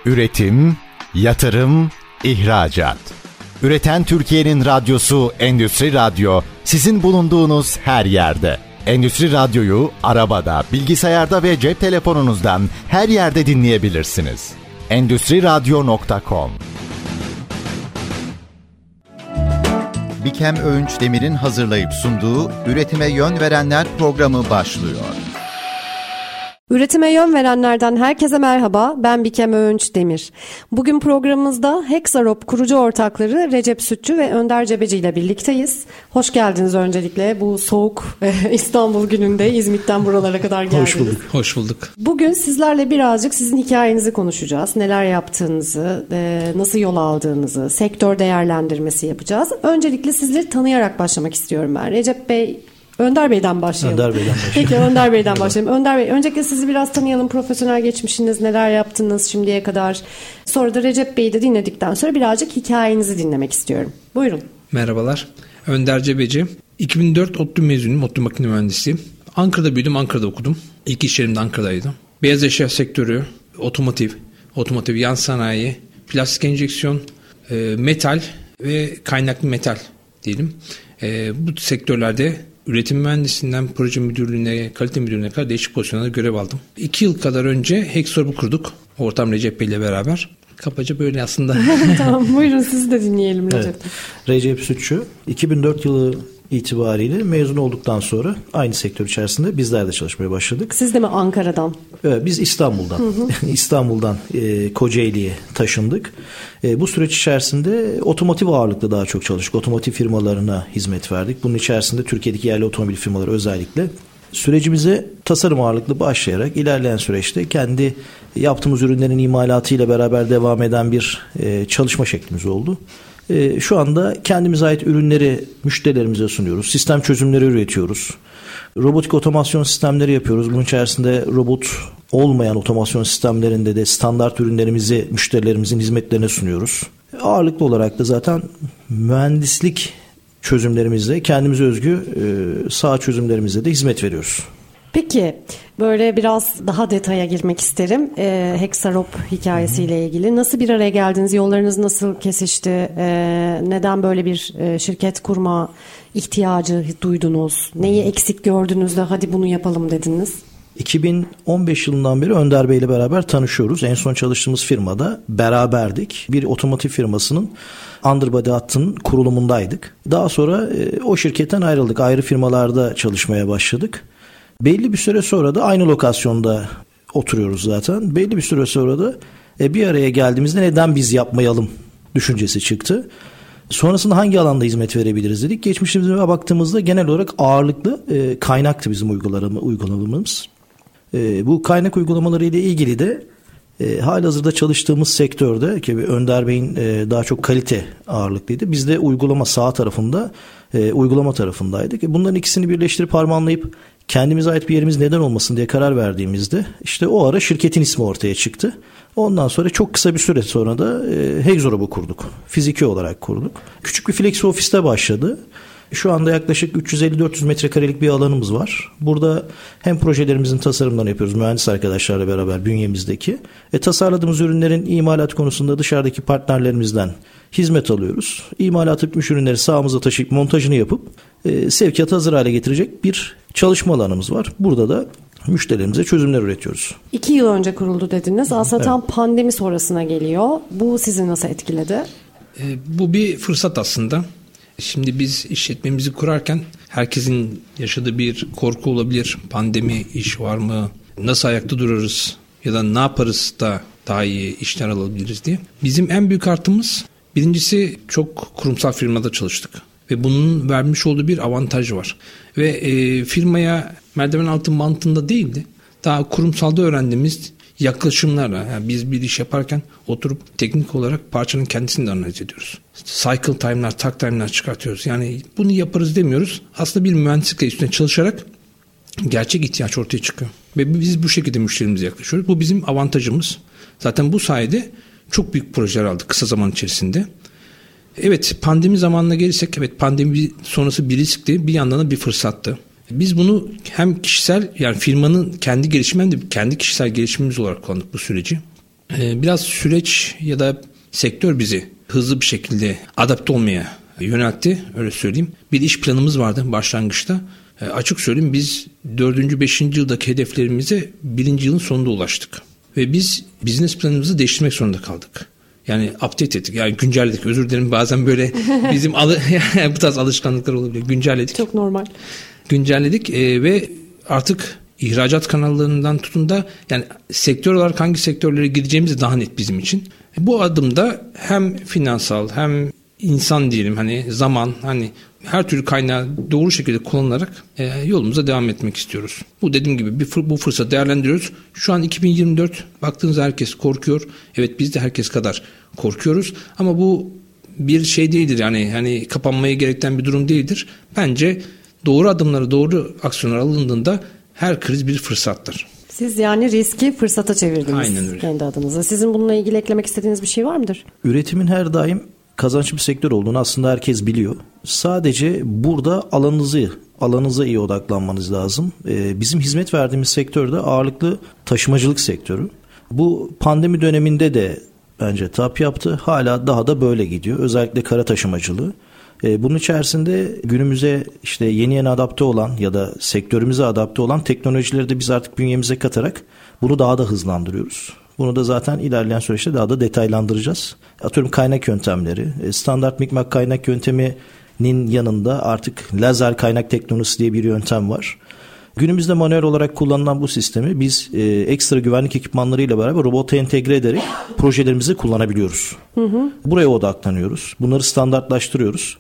Üretim, yatırım, ihracat. Üreten Türkiye'nin radyosu Endüstri Radyo, sizin bulunduğunuz her yerde. Endüstri Radyo'yu arabada, bilgisayarda ve cep telefonunuzdan her yerde dinleyebilirsiniz. Endüstriradyo.com. Bikem Öğünç Demir'in hazırlayıp sunduğu Üretime Yön Verenler programı başlıyor. Üretime yön verenlerden herkese merhaba, ben Bikem Öğünç Demir. Bugün programımızda Hexarop kurucu ortakları Recep Sütçü ve Önder Cebeci ile birlikteyiz. Hoş geldiniz öncelikle bu soğuk İstanbul gününde İzmit'ten buralara kadar geldiniz. Hoş bulduk. Hoş bulduk. Bugün sizlerle birazcık sizin hikayenizi konuşacağız. Neler yaptığınızı, nasıl yol aldığınızı, sektör değerlendirmesi yapacağız. Öncelikle sizleri tanıyarak başlamak istiyorum ben. Recep Bey, Önder Bey'den başlayalım. Peki Önder Bey'den başlayalım. Önder Bey, öncelikle sizi biraz tanıyalım. Profesyonel geçmişiniz, neler yaptınız şimdiye kadar. Sonra da Recep Bey'i de dinledikten sonra birazcık hikayenizi dinlemek istiyorum. Buyurun. Merhabalar. Önder Cebeci. 2004 ODTÜ mezunuyum. ODTÜ makine mühendisiyim. Ankara'da büyüdüm, Ankara'da okudum. İlk iş yerim de Ankara'daydı. Beyaz eşya sektörü, otomotiv yan sanayi, plastik enjeksiyon, metal ve kaynaklı metal diyelim. Bu sektörlerde üretim mühendisinden proje müdürlüğüne, kalite müdürlüğüne kadar değişik pozisyonlarda görev aldım. 2 yıl kadar önce Hexarop'u kurduk. Ortam Recep Bey ile beraber. Kabaca böyle aslında. Tamam, buyurun sizi de dinleyelim Recep. Evet. Recep Sütçü 2004 yılı itibariyle mezun olduktan sonra aynı sektör içerisinde bizler de çalışmaya başladık. Siz de mi Ankara'dan? Evet, biz İstanbul'dan. İstanbul'dan Kocaeli'ye taşındık. Bu süreç içerisinde otomotiv ağırlıklı daha çok çalıştık. Otomotiv firmalarına hizmet verdik. Bunun içerisinde Türkiye'deki yerli otomobil firmaları özellikle. Sürecimize tasarım ağırlıklı başlayarak ilerleyen süreçte kendi yaptığımız ürünlerin imalatıyla beraber devam eden bir çalışma şeklimiz oldu. Şu anda kendimize ait ürünleri müşterilerimize sunuyoruz. Sistem çözümleri üretiyoruz. Robotik otomasyon sistemleri yapıyoruz. Bunun içerisinde robot olmayan otomasyon sistemlerinde de standart ürünlerimizi müşterilerimizin hizmetlerine sunuyoruz. Ağırlıklı olarak da zaten mühendislik çözümlerimizle kendimize özgü saha çözümlerimizle de hizmet veriyoruz. Peki böyle biraz daha detaya girmek isterim. Hexarop hikayesiyle ilgili. Nasıl bir araya geldiniz? Yollarınız nasıl kesişti? Neden böyle bir şirket kurma ihtiyacı duydunuz? Neyi eksik gördünüz de hadi bunu yapalım dediniz? 2015 yılından beri Önder Bey ile beraber tanışıyoruz. En son çalıştığımız firmada beraberdik. Bir otomotiv firmasının underbody hattının kurulumundaydık. Daha sonra o şirketten ayrıldık. Ayrı firmalarda çalışmaya başladık. Belli bir süre sonra da aynı lokasyonda oturuyoruz zaten. Belli bir süre sonra da bir araya geldiğimizde neden biz yapmayalım düşüncesi çıktı. Sonrasında hangi alanda hizmet verebiliriz dedik. Geçmişimize baktığımızda genel olarak ağırlıklı kaynaktı bizim uygulamamız. Bu kaynak uygulamaları ile ilgili de halihazırda çalıştığımız sektörde ki Önder Bey'in daha çok kalite ağırlıklıydı. Biz de uygulama tarafındaydık. Bunların ikisini birleştirip harmanlayıp kendimize ait bir yerimiz neden olmasın diye karar verdiğimizde işte o ara şirketin ismi ortaya çıktı. Ondan sonra çok kısa bir süre sonra da Hexarop'u kurduk. Fiziki olarak kurduk. Küçük bir flex ofiste başladı. Şu anda yaklaşık 350-400 metrekarelik bir alanımız var. Burada hem projelerimizin tasarımlarını yapıyoruz mühendis arkadaşlarla beraber bünyemizdeki. Tasarladığımız ürünlerin imalat konusunda dışarıdaki partnerlerimizden hizmet alıyoruz. İmalat etmiş ürünleri sahamıza taşıyıp montajını yapıp sevkiyat hazır hale getirecek bir çalışma alanımız var. Burada da müşterilerimize çözümler üretiyoruz. 2 yıl önce kuruldu dediniz. Aslında tam pandemi sonrasına geliyor. Bu sizi nasıl etkiledi? Bu bir fırsat aslında. Şimdi biz işletmemizi kurarken herkesin yaşadığı bir korku olabilir. Pandemi, iş var mı? Nasıl ayakta durarız? Ya da ne yaparız da daha iyi işler alabiliriz diye. Bizim en büyük artımız birincisi çok kurumsal firmada çalıştık. Ve bunun vermiş olduğu bir avantajı var. Ve firmaya merdiven altı mantığında değildi. Daha kurumsalda öğrendiğimiz yaklaşımlarla yani biz bir iş yaparken oturup teknik olarak parçanın kendisini de analiz ediyoruz. Cycle time'lar, takt time'lar çıkartıyoruz. Yani bunu yaparız demiyoruz. Aslında bir mühendislikle üstüne çalışarak gerçek ihtiyaç ortaya çıkıyor. Ve biz bu şekilde müşterimize yaklaşıyoruz. Bu bizim avantajımız. Zaten bu sayede çok büyük projeler aldık kısa zaman içerisinde. Evet, pandemi zamanına gelirsek, evet pandemi sonrası bir riskti, bir yandan da bir fırsattı. Biz bunu hem kişisel, yani firmanın kendi gelişimi hem de kendi kişisel gelişimimiz olarak kullandık bu süreci. Biraz süreç ya da sektör bizi hızlı bir şekilde adapte olmaya yöneltti, öyle söyleyeyim. Bir iş planımız vardı başlangıçta. Açık söyleyeyim, biz 4. 5. yıldaki hedeflerimize 1. yılın sonunda ulaştık. Ve biz business planımızı değiştirmek zorunda kaldık. Yani update ettik, yani güncelledik. Özür dilerim, bazen böyle bizim bu tarz alışkanlıklar olabilir. Güncelledik. Çok normal. Güncelledik ve artık ihracat kanallarından tutun da yani sektör olarak hangi sektörlere gideceğimiz daha net bizim için. Bu adımda hem finansal hem insan diyelim, hani zaman, hani her türlü kaynağı doğru şekilde kullanarak yolumuza devam etmek istiyoruz. Bu dediğim gibi bu fırsatı değerlendiriyoruz. Şu an 2024, baktığınızda herkes korkuyor. Evet, biz de herkes kadar korkuyoruz ama bu bir şey değildir, yani hani kapanmaya gerektiren bir durum değildir. Bence doğru adımları, doğru aksiyonlar alındığında her kriz bir fırsattır. Siz yani riski fırsata çevirdiniz. Aynen öyle. Kendi adınıza. Sizin bununla ilgili eklemek istediğiniz bir şey var mıdır? Üretimin her daim kazançlı bir sektör olduğunu aslında herkes biliyor. Sadece burada alanınıza iyi odaklanmanız lazım. Bizim hizmet verdiğimiz sektörde ağırlıklı taşımacılık sektörü. Bu pandemi döneminde de bence tap yaptı. Hala daha da böyle gidiyor. Özellikle kara taşımacılığı. Bunun içerisinde günümüze işte yeni adapte olan ya da sektörümüze adapte olan teknolojileri de biz artık bünyemize katarak bunu daha da hızlandırıyoruz. Bunu da zaten ilerleyen süreçte daha da detaylandıracağız. Atıyorum kaynak yöntemleri, standart mikmak kaynak yönteminin yanında artık lazer kaynak teknolojisi diye bir yöntem var. Günümüzde manuel olarak kullanılan bu sistemi biz ekstra güvenlik ekipmanlarıyla beraber robota entegre ederek projelerimizi kullanabiliyoruz. Buraya odaklanıyoruz. Bunları standartlaştırıyoruz.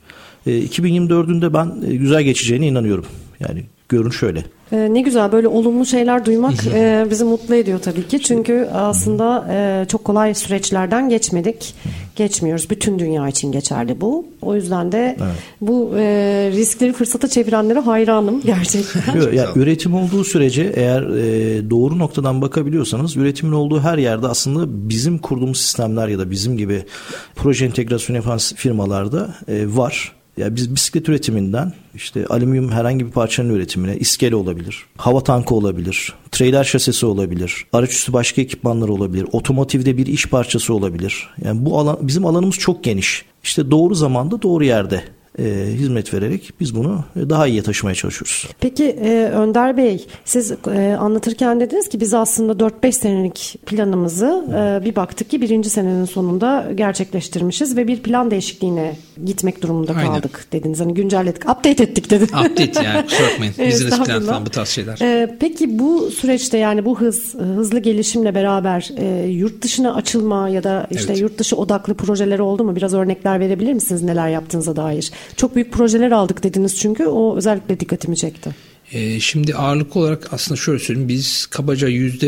2024'ün de ben güzel geçeceğine inanıyorum. Yani görün şöyle. Ne güzel, böyle olumlu şeyler duymak bizi mutlu ediyor tabii ki. Çünkü aslında çok kolay süreçlerden geçmiyoruz. Bütün dünya için geçerli bu. O yüzden de bu riskleri fırsata çevirenlere hayranım gerçekten. Yani üretim olduğu sürece eğer doğru noktadan bakabiliyorsanız, üretimin olduğu her yerde aslında bizim kurduğumuz sistemler ya da bizim gibi proje entegrasyonu yapan firmalarda var. Ya biz bisiklet üretiminden işte alüminyum herhangi bir parçanın üretimine iskele olabilir, hava tankı olabilir, trailer şasisi olabilir, araç üstü başka ekipmanlar olabilir, otomotivde bir iş parçası olabilir. Yani bu alan, bizim alanımız çok geniş. İşte doğru zamanda doğru yerde hizmet vererek biz bunu daha iyiye taşımaya çalışıyoruz. Peki Önder Bey, siz anlatırken dediniz ki biz aslında 4-5 senelik planımızı bir baktık ki 1. senenin sonunda gerçekleştirmişiz ve bir plan değişikliğine gitmek durumunda kaldık dediniz. Hani güncelledik, update ettik dediniz. Update yani, kusura bakmayın. Business plan falan, bu tarz şeyler. Peki bu süreçte, yani bu hızlı gelişimle beraber yurt dışına açılma ya da işte yurt dışı odaklı projeler oldu mu? Biraz örnekler verebilir misiniz neler yaptığınıza dair? Çok büyük projeler aldık dediniz çünkü o özellikle dikkatimi çekti. Şimdi ağırlıklı olarak aslında şöyle söyleyeyim, biz kabaca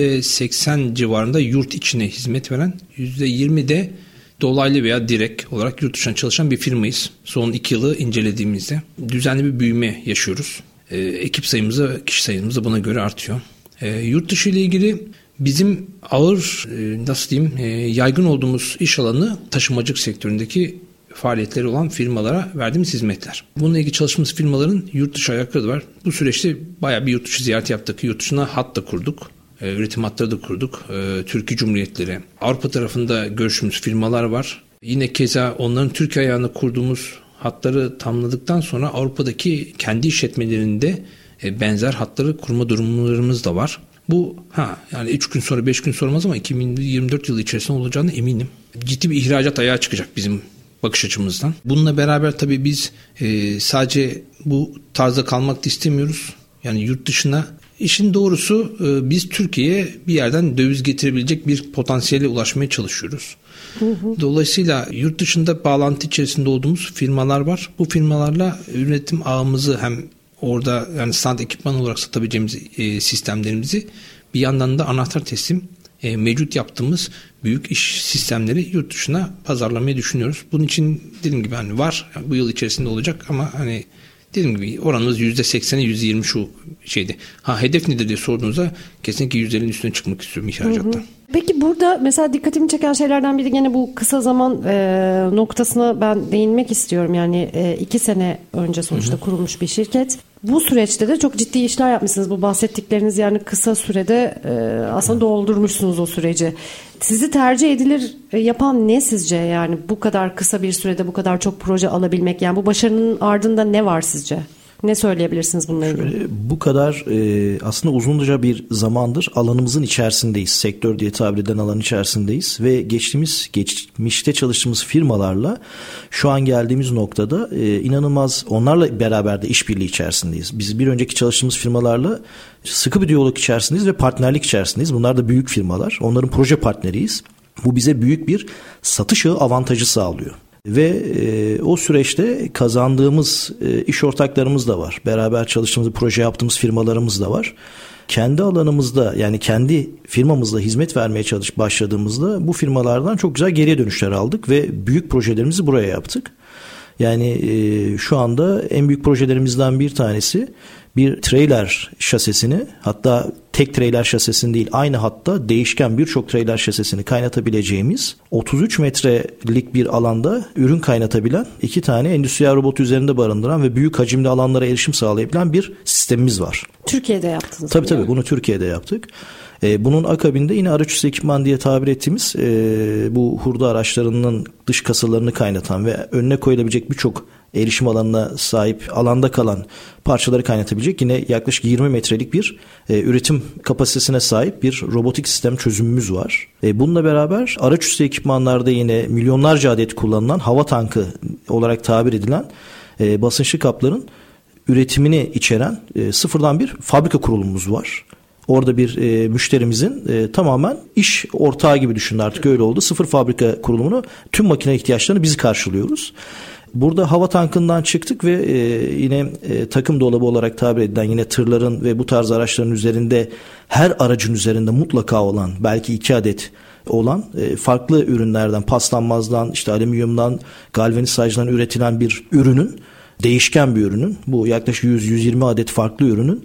%80 civarında yurt içine hizmet veren, %20 de dolaylı veya direkt olarak yurt dışına çalışan bir firmayız. Son 2 yılı incelediğimizde düzenli bir büyüme yaşıyoruz. Ekip sayımızı, kişi sayımız da buna göre artıyor. Yurt dışı ile ilgili bizim ağır, nasıl diyeyim, yaygın olduğumuz iş alanı taşımacılık sektöründeki faaliyetleri olan firmalara verdiğimiz hizmetler. Bununla ilgili çalıştığımız firmaların yurt dışı ayakları var. Bu süreçte bayağı bir yurt dışı ziyaret yaptık. Yurt dışına hat da kurduk. Üretim hatları da kurduk. Türkiye Cumhuriyetleri. Avrupa tarafında görüştüğümüz firmalar var. Yine keza onların Türkiye ayağına kurduğumuz hatları tamamladıktan sonra Avrupa'daki kendi işletmelerinde benzer hatları kurma durumlarımız da var. Bu yani 3 gün sonra 5 gün sonra olmaz ama 2024 yılı içerisinde olacağına eminim. Ciddi bir ihracat ayağı çıkacak bizim bakış açımızdan. Bununla beraber tabii biz sadece bu tarzda kalmak da istemiyoruz. Yani yurt dışına, işin doğrusu biz Türkiye'ye bir yerden döviz getirebilecek bir potansiyele ulaşmaya çalışıyoruz. Dolayısıyla yurt dışında bağlantı içerisinde olduğumuz firmalar var. Bu firmalarla üretim ağımızı hem orada yani standart ekipman olarak satabileceğimiz sistemlerimizi, bir yandan da anahtar teslim mevcut yaptığımız büyük iş sistemleri yurt dışına pazarlamayı düşünüyoruz. Bunun için dediğim gibi hani var, bu yıl içerisinde olacak ama hani dediğim gibi oranımız %80'e %20 şu şeydi. Hedef nedir diye sorduğunuzda kesinlikle %50'nin üstüne çıkmak istiyorum ihracatta. Peki burada mesela dikkatimi çeken şeylerden biri gene bu kısa zaman noktasına ben değinmek istiyorum. Yani 2 sene önce sonuçta kurulmuş bir şirket. Bu süreçte de çok ciddi işler yapmışsınız. Bu bahsettikleriniz yani kısa sürede aslında doldurmuşsunuz o süreci. Sizi tercih edilir yapan ne sizce? Yani bu kadar kısa bir sürede bu kadar çok proje alabilmek, yani bu başarının ardında ne var sizce? Ne söyleyebilirsiniz bununla ilgili? Bu kadar aslında uzunca bir zamandır alanımızın içerisindeyiz. Sektör diye tabir edilen alanın içerisindeyiz ve geçmişte çalıştığımız firmalarla şu an geldiğimiz noktada inanılmaz, onlarla beraber de işbirliği içerisindeyiz. Biz bir önceki çalıştığımız firmalarla sıkı bir diyalog içerisindeyiz ve partnerlik içerisindeyiz. Bunlar da büyük firmalar. Onların proje partneriyiz. Bu bize büyük bir satış ağı avantajı sağlıyor. Ve o süreçte kazandığımız iş ortaklarımız da var. Beraber çalıştığımız, proje yaptığımız firmalarımız da var. Kendi alanımızda, yani kendi firmamızda hizmet vermeye başladığımızda bu firmalardan çok güzel geriye dönüşler aldık ve büyük projelerimizi buraya yaptık. Yani şu anda en büyük projelerimizden bir tanesi bir trailer şasisini, hatta tek trailer şasisini değil, aynı hatta değişken birçok trailer şasisini kaynatabileceğimiz 33 metrelik bir alanda ürün kaynatabilen 2 tane endüstriyel robotu üzerinde barındıran ve büyük hacimli alanlara erişim sağlayabilen bir sistemimiz var. Türkiye'de yaptınız. Tabii bunu Türkiye'de yaptık. Bunun akabinde yine araçüstü ekipman diye tabir ettiğimiz bu hurda araçlarının dış kasalarını kaynatan ve önüne koyulabilecek birçok erişim alanına sahip alanda kalan parçaları kaynatabilecek yine yaklaşık 20 metrelik bir üretim kapasitesine sahip bir robotik sistem çözümümüz var. Bununla beraber araçüstü ekipmanlarda yine milyonlarca adet kullanılan hava tankı olarak tabir edilen basınçlı kapların üretimini içeren sıfırdan bir fabrika kurulumumuz var. Orada bir müşterimizin tamamen iş ortağı gibi düşünün, artık öyle oldu. Sıfır fabrika kurulumunu, tüm makine ihtiyaçlarını biz karşılıyoruz. Burada hava tankından çıktık ve yine takım dolabı olarak tabir edilen, yine tırların ve bu tarz araçların üzerinde, her aracın üzerinde mutlaka olan, belki 2 adet olan farklı ürünlerden, paslanmazdan, işte alüminyumdan, galvanizajdan üretilen bir ürünün, değişken bir ürünün, bu yaklaşık 100-120 adet farklı ürünün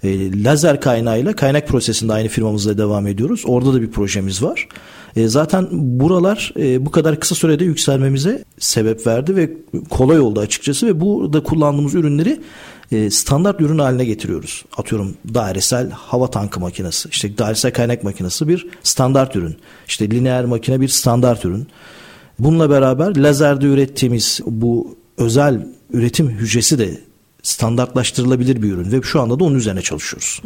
lazer kaynağıyla kaynak prosesinde aynı firmamızla devam ediyoruz. Orada da bir projemiz var. Zaten buralar bu kadar kısa sürede yükselmemize sebep verdi ve kolay oldu açıkçası ve burada kullandığımız ürünleri standart ürün haline getiriyoruz. Atıyorum dairesel hava tankı makinesi, işte dairesel kaynak makinesi bir standart ürün. İşte lineer makine bir standart ürün. Bununla beraber lazerde ürettiğimiz bu özel üretim hücresi de standartlaştırılabilir bir ürün ve şu anda da onun üzerine çalışıyoruz.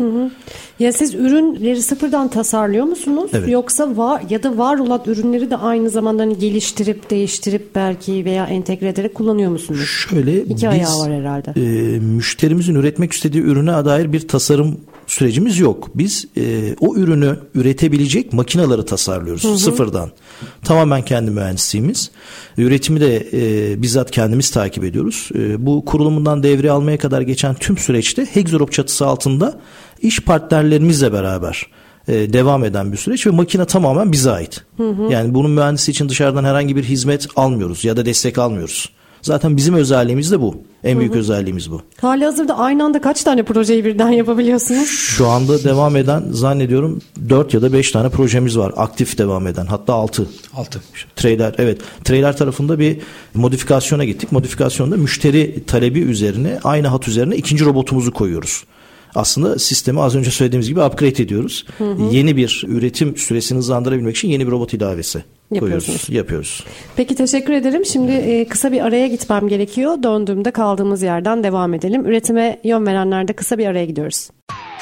Ya siz ürünleri sıfırdan tasarlıyor musunuz? Evet. Yoksa var olan ürünleri de aynı zamanda geliştirip, değiştirip belki veya entegre ederek kullanıyor musunuz? Şöyle, İki ayağı var herhalde. Müşterimizin üretmek istediği ürüne dair bir tasarım sürecimiz yok. Biz o ürünü üretebilecek makineleri tasarlıyoruz sıfırdan. Tamamen kendi mühendisliğimiz. Üretimi de bizzat kendimiz takip ediyoruz. Bu kurulumundan devreye almaya kadar geçen tüm süreçte Hexorop çatısı altında iş partnerlerimizle beraber devam eden bir süreç ve makine tamamen bize ait. Yani bunun mühendisi için dışarıdan herhangi bir hizmet almıyoruz ya da destek almıyoruz. Zaten bizim özelliğimiz de bu. En büyük özelliğimiz bu. Halihazırda aynı anda kaç tane projeyi birden yapabiliyorsunuz? Şu anda devam eden zannediyorum 4 ya da 5 tane projemiz var. Aktif devam eden. Hatta 6. Trailer, evet. Trailer tarafında bir modifikasyona gittik. Modifikasyonda müşteri talebi üzerine, aynı hat üzerine ikinci robotumuzu koyuyoruz. Aslında sistemi az önce söylediğimiz gibi upgrade ediyoruz. Yeni bir üretim süresini hızlandırabilmek için yeni bir robot ilavesi yapıyoruz. Peki, teşekkür ederim. Şimdi kısa bir araya gitmem gerekiyor. Döndüğümde kaldığımız yerden devam edelim. Üretime yön verenlerde kısa bir araya gidiyoruz.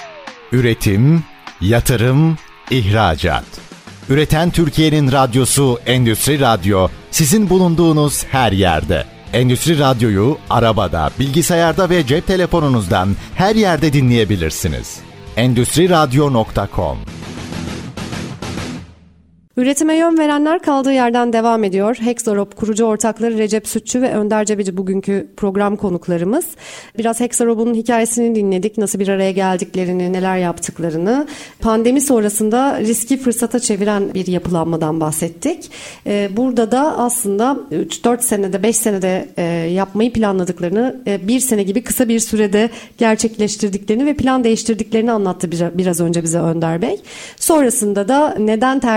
Üretim, yatırım, ihracat. Üreten Türkiye'nin radyosu Endüstri Radyo, sizin bulunduğunuz her yerde. Endüstri Radyo'yu arabada, bilgisayarda ve cep telefonunuzdan her yerde dinleyebilirsiniz. Endüstriradyo.com. Üretime yön verenler kaldığı yerden devam ediyor. Hexorop kurucu ortakları Recep Sütçü ve Önder Cebeci bugünkü program konuklarımız. Biraz Hexorop'un hikayesini dinledik. Nasıl bir araya geldiklerini, neler yaptıklarını. Pandemi sonrasında riski fırsata çeviren bir yapılanmadan bahsettik. Burada da aslında 3-4 senede, 5 senede yapmayı planladıklarını, 1 sene gibi kısa bir sürede gerçekleştirdiklerini ve plan değiştirdiklerini anlattı biraz önce bize Önder Bey. Sonrasında da neden tercih edildik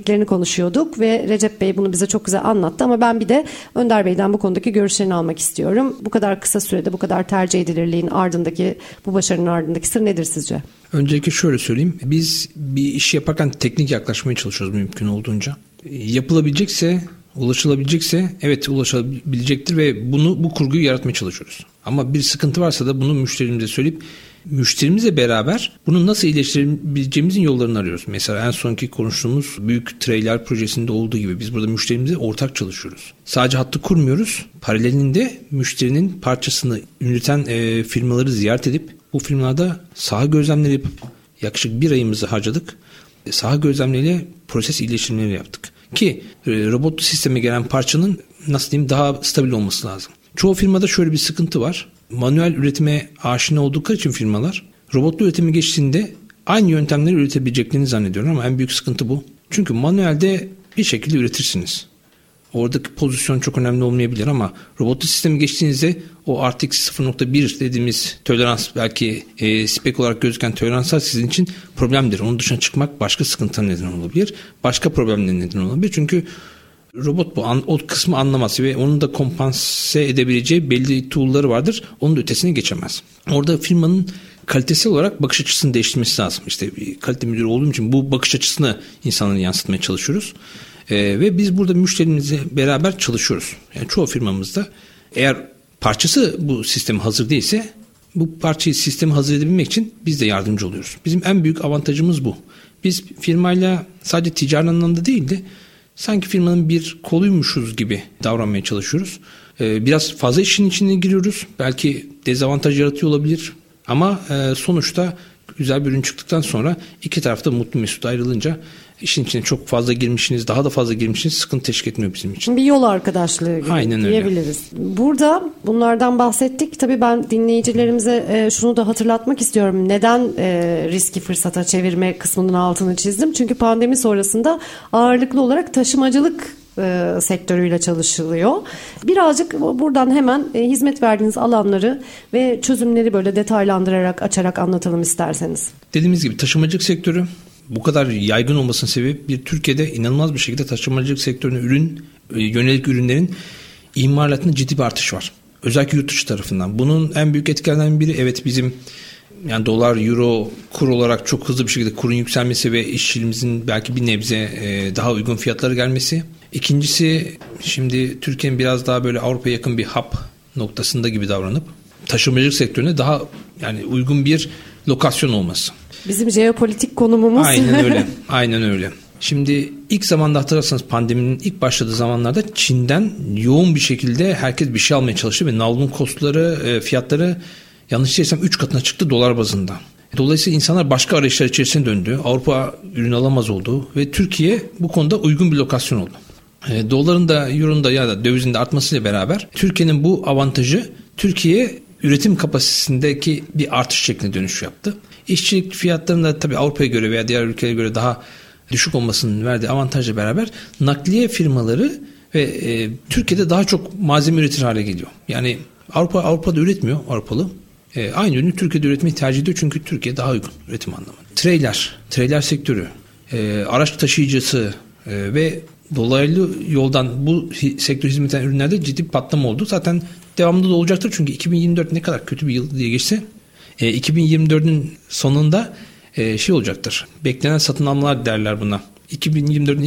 dinamiklerini konuşuyorduk ve Recep Bey bunu bize çok güzel anlattı ama ben bir de Önder Bey'den bu konudaki görüşlerini almak istiyorum. Bu kadar kısa sürede bu kadar tercih edilirliğin ardındaki, bu başarının ardındaki sır nedir sizce? Öncelikle şöyle söyleyeyim. Biz bir işi yaparken teknik yaklaşmaya çalışıyoruz mümkün olduğunca. Yapılabilecekse, ulaşılabilecekse evet ulaşabilecektir ve bu kurguyu yaratmaya çalışıyoruz. Ama bir sıkıntı varsa da bunu müşterimize söyleyip müşterimizle beraber bunu nasıl iyileştirebileceğimizin yollarını arıyoruz. Mesela en sonki konuştuğumuz büyük trailer projesinde olduğu gibi biz burada müşterimizle ortak çalışıyoruz. Sadece hattı kurmuyoruz. Paralelinde müşterinin parçasını üreten firmaları ziyaret edip bu firmalarda saha gözlemleri yapıp yaklaşık 1 ayımızı harcadık. Saha gözlemleriyle proses iyileştirmeleri yaptık. Ki robotlu sisteme gelen parçanın nasıl diyeyim daha stabil olması lazım. Çoğu firmada şöyle bir sıkıntı var. Manuel üretime aşina oldukları için firmalar robotlu üretime geçtiğinde aynı yöntemleri üretebileceklerini zannediyorlar ama en büyük sıkıntı bu. Çünkü manuelde bir şekilde üretirsiniz. Oradaki pozisyon çok önemli olmayabilir ama robotlu sisteme geçtiğinizde o RTX 0.1 dediğimiz tolerans belki spek olarak gözüken toleranslar sizin için problemdir. Onun dışına çıkmak başka sıkıntı neden olabilir. Başka problemlerin neden olabilir. Çünkü robot o kısmı anlamaz ve onun da kompanse edebileceği belli tool'ları vardır. Onun da ötesine geçemez. Orada firmanın kalitesi olarak bakış açısını değiştirmesi lazım. İşte bir kalite müdürü olduğum için bu bakış açısını insanlara yansıtmaya çalışıyoruz. Ve biz burada müşterimizle beraber çalışıyoruz. Yani çoğu firmamızda eğer parçası bu sisteme hazır değilse bu parçayı sisteme hazır edebilmek için biz de yardımcı oluyoruz. Bizim en büyük avantajımız bu. Biz firmayla sadece ticari anlamda değil de sanki firmanın bir koluymuşuz gibi davranmaya çalışıyoruz. Biraz fazla işin içine giriyoruz. Belki dezavantaj yaratıyor olabilir. Ama sonuçta güzel bir ürün çıktıktan sonra iki tarafta mutlu mesut ayrılınca işin içine çok fazla girmişsiniz, daha da fazla girmişsiniz sıkıntı teşkil etmiyor bizim için. Bir yol arkadaşlığı gibi aynen diyebiliriz. Öyle. Burada bunlardan bahsettik. Tabii ben dinleyicilerimize şunu da hatırlatmak istiyorum. Neden riski fırsata çevirme kısmının altını çizdim? Çünkü pandemi sonrasında ağırlıklı olarak taşımacılık sektörüyle çalışılıyor. Birazcık buradan hemen hizmet verdiğiniz alanları ve çözümleri böyle detaylandırarak, açarak anlatalım isterseniz. Dediğimiz gibi taşımacılık sektörü bu kadar yaygın olmasının sebebi bir Türkiye'de inanılmaz bir şekilde taşımacılık sektörüne yönelik ürünlerin imalatında ciddi bir artış var. Özellikle yurt dışı tarafından. Bunun en büyük etkilerinden biri evet bizim yani dolar, euro kur olarak çok hızlı bir şekilde kurun yükselmesi ve işçilerimizin belki bir nebze daha uygun fiyatlara gelmesi. İkincisi şimdi Türkiye'nin biraz daha böyle Avrupa'ya yakın bir hub noktasında gibi davranıp taşımacılık sektörüne daha yani uygun bir lokasyon olması. Bizim jeopolitik konumumuz. Aynen öyle. Aynen öyle. Şimdi ilk zamanda hatırlarsanız pandeminin ilk başladığı zamanlarda Çin'den yoğun bir şekilde herkes bir şey almaya çalıştı ve navlun kostları, fiyatları yanlış değilsem 3 katına çıktı dolar bazında. Dolayısıyla insanlar başka arayışlar içerisine döndü. Avrupa ürün alamaz oldu ve Türkiye bu konuda uygun bir lokasyon oldu. Doların da euronun da ya da dövizin de artmasıyla beraber Türkiye'nin bu avantajı Türkiye üretim kapasitesindeki bir artış şeklinde dönüş yaptı. İşçilik fiyatlarının da tabii Avrupa'ya göre veya diğer ülkelere göre daha düşük olmasının verdiği avantajla beraber nakliye firmaları ve Türkiye'de daha çok malzeme üretir hale geliyor. Yani Avrupa'da üretmiyor Avrupalı. Aynı ürünü Türkiye'de üretmeyi tercih ediyor çünkü Türkiye daha uygun üretim anlamında. Trailer sektörü, araç taşıyıcısı ve dolaylı yoldan bu sektör hizmet eden ürünlerde ciddi bir patlama oldu. Zaten devamında da olacaktır çünkü 2024 ne kadar kötü bir yıl diye geçse 2024'ün sonunda olacaktır. Beklenen satın almalar derler buna. 2024'ün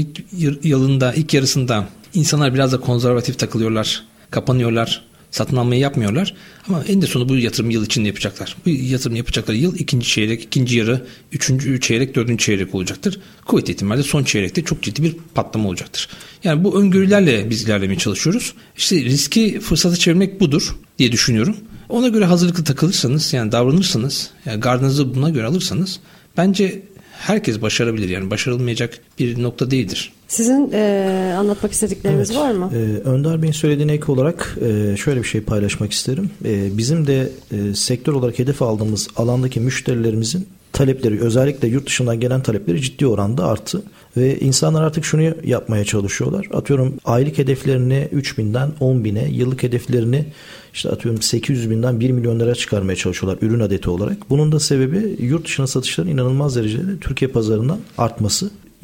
ilk yarısında insanlar biraz da konservatif takılıyorlar, kapanıyorlar, satın almayı yapmıyorlar. Ama en de sonu bu yatırım yıl içinde yapacaklar. Bu yatırım yapacakları yıl ikinci çeyrek, ikinci yarı, üçüncü çeyrek, dördüncü çeyrek olacaktır. Kuvvetli ihtimalle son çeyrekte çok ciddi bir patlama olacaktır. Yani bu öngörülerle biz ilerlemeye çalışıyoruz. İşte riski fırsata çevirmek budur diye düşünüyorum. Ona göre hazırlıklı takılırsanız yani davranırsanız yani gardınızı buna göre alırsanız bence herkes başarabilir. Yani başarılmayacak bir nokta değildir. Sizin anlatmak istedikleriniz var mı? Önder Bey'in söylediğine ek olarak şöyle bir şey paylaşmak isterim. Bizim de sektör olarak hedef aldığımız alandaki müşterilerimizin talepleri özellikle yurt dışından gelen talepleri ciddi oranda arttı. Ve insanlar artık şunu yapmaya çalışıyorlar. Atıyorum aylık hedeflerini 3.000'den 10.000'e, yıllık hedeflerini işte atıyorum 800.000'den 1 milyon lira çıkarmaya çalışıyorlar ürün adeti olarak. Bunun da sebebi yurt dışına satışların inanılmaz derecede Türkiye pazarından artması.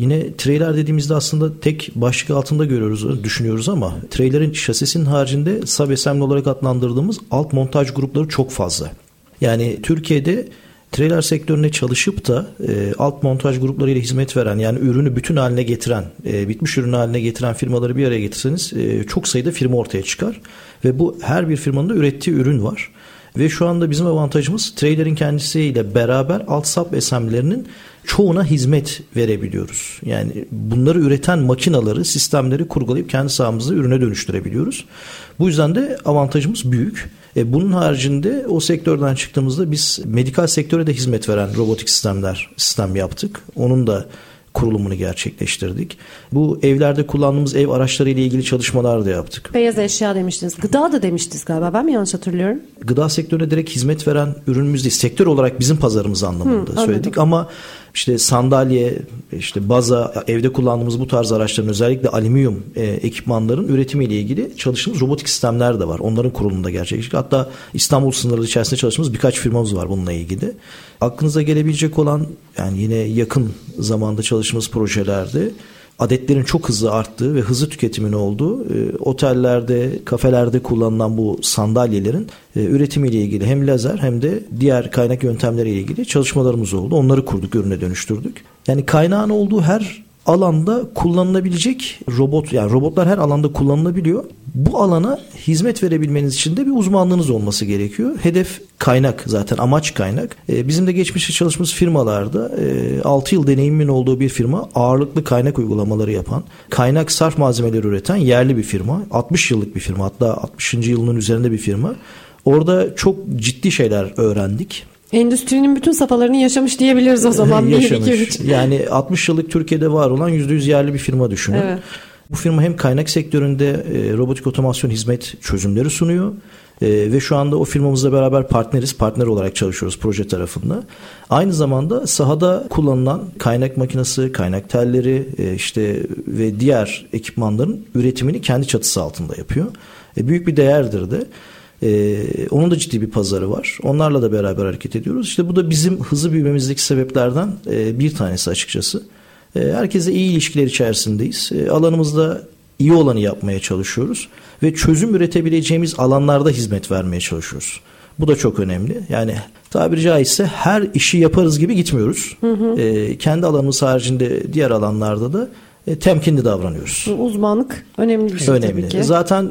Yine trailer dediğimizde aslında tek başlık altında düşünüyoruz ama trailerin şasisinin haricinde subassembly olarak adlandırdığımız alt montaj grupları çok fazla. Yani Türkiye'de trailer sektörüne çalışıp da alt montaj gruplarıyla hizmet veren, yani ürünü bütün haline getiren, bitmiş ürünü haline getiren firmaları bir araya getirseniz çok sayıda firma ortaya çıkar. Ve bu her bir firmanın da ürettiği ürün var. Ve şu anda bizim avantajımız trailer'in kendisiyle beraber alt subassembly'lerinin çoğuna hizmet verebiliyoruz. Yani bunları üreten makinaları, sistemleri kurgulayıp kendi sahamızda ürüne dönüştürebiliyoruz. Bu yüzden de avantajımız büyük. Bunun haricinde o sektörden çıktığımızda biz medikal sektöre de hizmet veren robotik sistem yaptık. Onun da kurulumunu gerçekleştirdik. Bu evlerde kullandığımız ev araçları ile ilgili çalışmalar da yaptık. Beyaz eşya demiştiniz. Gıda da demiştiniz galiba. Ben mi yanlış hatırlıyorum? Gıda sektörüne direkt hizmet veren ürünümüz değil. Sektör olarak bizim pazarımız anlamında söyledik ama işte sandalye, işte baza, evde kullandığımız bu tarz araçların, özellikle alüminyum ekipmanların üretimiyle ilgili çalıştığımız robotik sistemler de var. Onların kurulumunda gerçekleştik. Hatta İstanbul sınırları içerisinde çalıştığımız birkaç firmamız var bununla ilgili. Aklınıza gelebilecek olan, yani yine yakın zamanda çalıştığımız projelerde adetlerin çok hızlı arttığı ve hızlı tüketimin olduğu otellerde, kafelerde kullanılan bu sandalyelerin üretimiyle ilgili hem lazer hem de diğer kaynak yöntemleriyle ilgili çalışmalarımız oldu. Onları kurduk, ürüne dönüştürdük. Yani kaynağın olduğu her alanda kullanılabilecek robot, yani robotlar her alanda kullanılabiliyor. Bu alana hizmet verebilmeniz için de bir uzmanlığınız olması gerekiyor. Hedef kaynak, zaten amaç kaynak. Bizim de geçmişte çalıştığımız firmalarda 6 yıl deneyimin olduğu bir firma, ağırlıklı kaynak uygulamaları yapan, kaynak sarf malzemeleri üreten yerli bir firma. 60 yıllık bir firma, hatta 60. yılının üzerinde bir firma. Orada çok ciddi şeyler öğrendik. Endüstrinin bütün safhalarını yaşamış diyebiliriz o zaman. Yaşamış. Yani 60 yıllık Türkiye'de var olan %100 yerli bir firma düşünün. Evet. Bu firma hem kaynak sektöründe robotik otomasyon hizmet çözümleri sunuyor ve şu anda o firmamızla beraber partner olarak çalışıyoruz proje tarafında. Aynı zamanda sahada kullanılan kaynak makinesi, kaynak telleri işte ve diğer ekipmanların üretimini kendi çatısı altında yapıyor. Büyük bir değerdir de. Onun da ciddi bir pazarı var. Onlarla da beraber hareket ediyoruz. İşte bu da bizim hızlı büyümemizdeki sebeplerden bir tanesi açıkçası. Herkese iyi ilişkiler içerisindeyiz. Alanımızda iyi olanı yapmaya çalışıyoruz. Ve çözüm üretebileceğimiz alanlarda hizmet vermeye çalışıyoruz. Bu da çok önemli. Yani tabiri caizse her işi yaparız gibi gitmiyoruz. Kendi alanımız haricinde diğer alanlarda da temkinli davranıyoruz. Uzmanlık önemli bir şey tabii ki. Zaten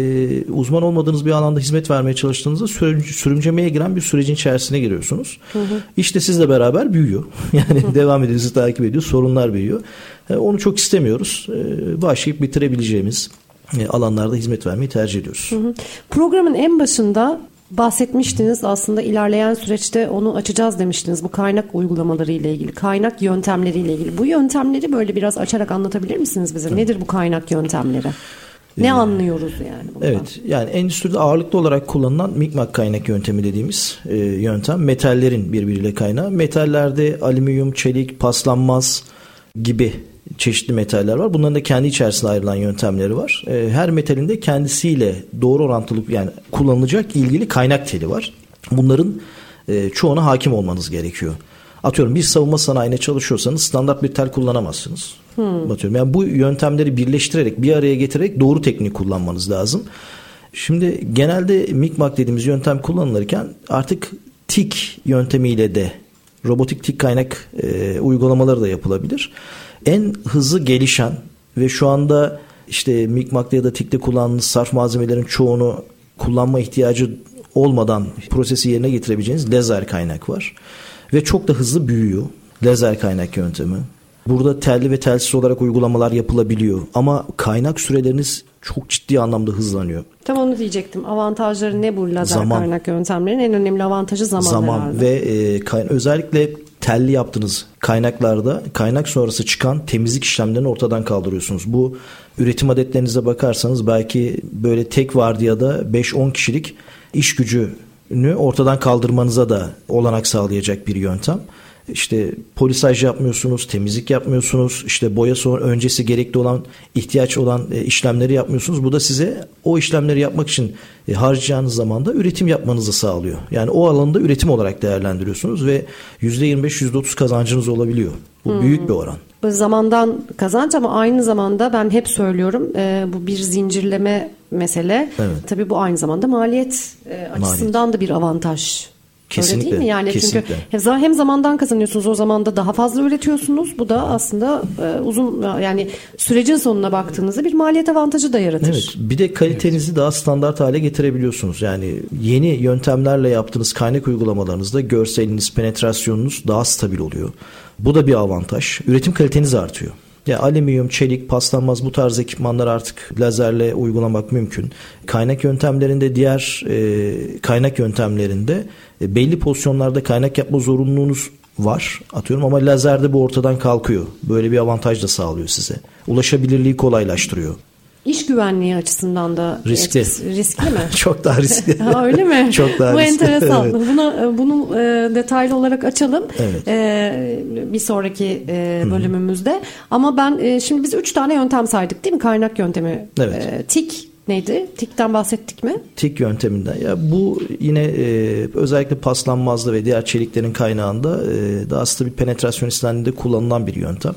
uzman olmadığınız bir alanda hizmet vermeye çalıştığınızda sürümcemeye giren bir sürecin içerisine giriyorsunuz. İşte sizle beraber büyüyor. Yani devam ediyor, sizi takip ediyor, sorunlar büyüyor. Onu çok istemiyoruz. Başlayıp bitirebileceğimiz alanlarda hizmet vermeyi tercih ediyoruz. Programın en başında bahsetmiştiniz, aslında ilerleyen süreçte onu açacağız demiştiniz, bu kaynak uygulamaları ile ilgili, kaynak yöntemleri ile ilgili. Bu yöntemleri böyle biraz açarak anlatabilir misiniz bize? Nedir bu kaynak yöntemleri? Ne anlıyoruz yani bundan? Evet, yani endüstride ağırlıklı olarak kullanılan Micmac kaynak yöntemi dediğimiz yöntem, metallerin birbiriyle kaynağı. Metallerde alüminyum, çelik, paslanmaz gibi çeşitli metaller var. Bunların da kendi içerisinde ayrılan yöntemleri var. Her metalin de kendisiyle doğru orantılı, yani kullanılacak ilgili kaynak teli var. Bunların çoğuna hakim olmanız gerekiyor. Atıyorum, bir savunma sanayine çalışıyorsanız standart bir tel kullanamazsınız. Atıyorum, yani bu yöntemleri birleştirerek, bir araya getirerek doğru tekniği kullanmanız lazım. Şimdi genelde Micmac dediğimiz yöntem kullanılırken artık TIK yöntemiyle de robotik TIK kaynak uygulamaları da yapılabilir. En hızlı gelişen ve şu anda işte Micmac'ta ya da TIK'te kullandığınız sarf malzemelerin çoğunu kullanma ihtiyacı olmadan prosesi yerine getirebileceğiniz lazer kaynak var. Ve çok da hızlı büyüyor lazer kaynak yöntemi. Burada telli ve telsiz olarak uygulamalar yapılabiliyor. Ama kaynak süreleriniz çok ciddi anlamda hızlanıyor. Tam onu diyecektim. Avantajları ne bu lazer kaynak yöntemlerinin? En önemli avantajı zaman herhalde. Ve özellikle telli yaptığınız kaynaklarda kaynak sonrası çıkan temizlik işlemlerini ortadan kaldırıyorsunuz. Bu üretim adetlerinize bakarsanız belki böyle tek vardiyada 5-10 kişilik iş gücünü ortadan kaldırmanıza da olanak sağlayacak bir yöntem. İşte polisaj yapmıyorsunuz, temizlik yapmıyorsunuz, işte boya son öncesi gerekli olan, ihtiyaç olan işlemleri yapmıyorsunuz. Bu da size o işlemleri yapmak için harcayacağınız zamanda üretim yapmanızı sağlıyor. Yani o alanda üretim olarak değerlendiriyorsunuz ve %25-%30 kazancınız olabiliyor. Bu büyük bir oran. zamandan kazanç ama aynı zamanda ben hep söylüyorum bu bir zincirleme mesele. Evet. Tabii bu aynı zamanda maliyet açısından da bir avantaj. Kesinlikle. Öyle değil mi? Yani kesinlikle. Çünkü hem zamandan kazanıyorsunuz, o zamanda daha fazla üretiyorsunuz. Bu da aslında uzun, yani sürecin sonuna baktığınızda bir maliyet avantajı da yaratır. Evet. Bir de kalitenizi daha standart hale getirebiliyorsunuz. Yani yeni yöntemlerle yaptığınız kaynak uygulamalarınızda görseliniz, penetrasyonunuz daha stabil oluyor. Bu da bir avantaj. Üretim kaliteniz artıyor. Ya alüminyum, çelik, paslanmaz bu tarz ekipmanlar artık lazerle uygulamak mümkün. Kaynak yöntemlerinde, diğer kaynak yöntemlerinde belli pozisyonlarda kaynak yapma zorunluluğunuz var. Atıyorum ama lazerde bu ortadan kalkıyor. Böyle bir avantaj da sağlıyor size. Ulaşabilirliği kolaylaştırıyor. İş güvenliği açısından da riskli mi? Çok daha riskli. Öyle mi? Çok daha bu riskli. enteresan. Evet. Bunu detaylı olarak açalım. Evet. Bir sonraki bölümümüzde. Ama ben şimdi biz 3 tane yöntem saydık değil mi? Kaynak yöntemi. Evet. TİK neydi? TİK'ten bahsettik mi? TİK yönteminden. Ya bu yine özellikle paslanmazlı ve diğer çeliklerin kaynağında daha stabil penetrasyon istendiğinde kullanılan bir yöntem.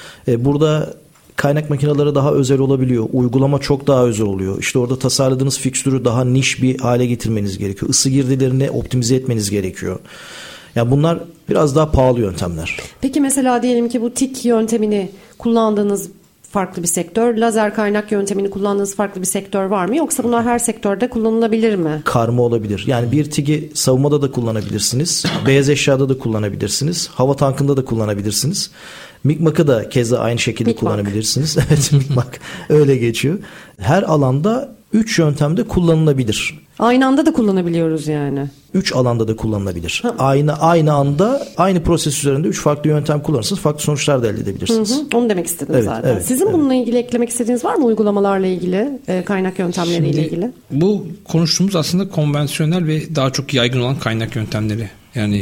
Burada kaynak makineleri daha özel olabiliyor. Uygulama çok daha özel oluyor. İşte orada tasarladığınız fikstürü daha niş bir hale getirmeniz gerekiyor. Isı girdilerini optimize etmeniz gerekiyor. Yani bunlar biraz daha pahalı yöntemler. Peki mesela diyelim ki bu TİK yöntemini kullandığınız farklı bir sektör, lazer kaynak yöntemini kullandığınız farklı bir sektör var mı? Yoksa bunlar her sektörde kullanılabilir mi? Karma olabilir. Yani bir TİK'i savunmada da kullanabilirsiniz. Beyaz eşyada da kullanabilirsiniz. Hava tankında da kullanabilirsiniz. Mikmak'ı da keza aynı şekilde kullanabilirsiniz. Evet, Mikmak öyle geçiyor. Her alanda 3 yöntemde kullanılabilir. Aynı anda da kullanabiliyoruz yani. 3 alanda da kullanılabilir. Aynı anda aynı proses üzerinde 3 farklı yöntem kullanırsanız farklı sonuçlar da elde edebilirsiniz. Onu demek istedim zaten. Evet, Sizin bununla ilgili eklemek istediğiniz var mı, uygulamalarla ilgili, kaynak yöntemleriyle ilgili? Bu konuştuğumuz aslında konvansiyonel ve daha çok yaygın olan kaynak yöntemleri. Yani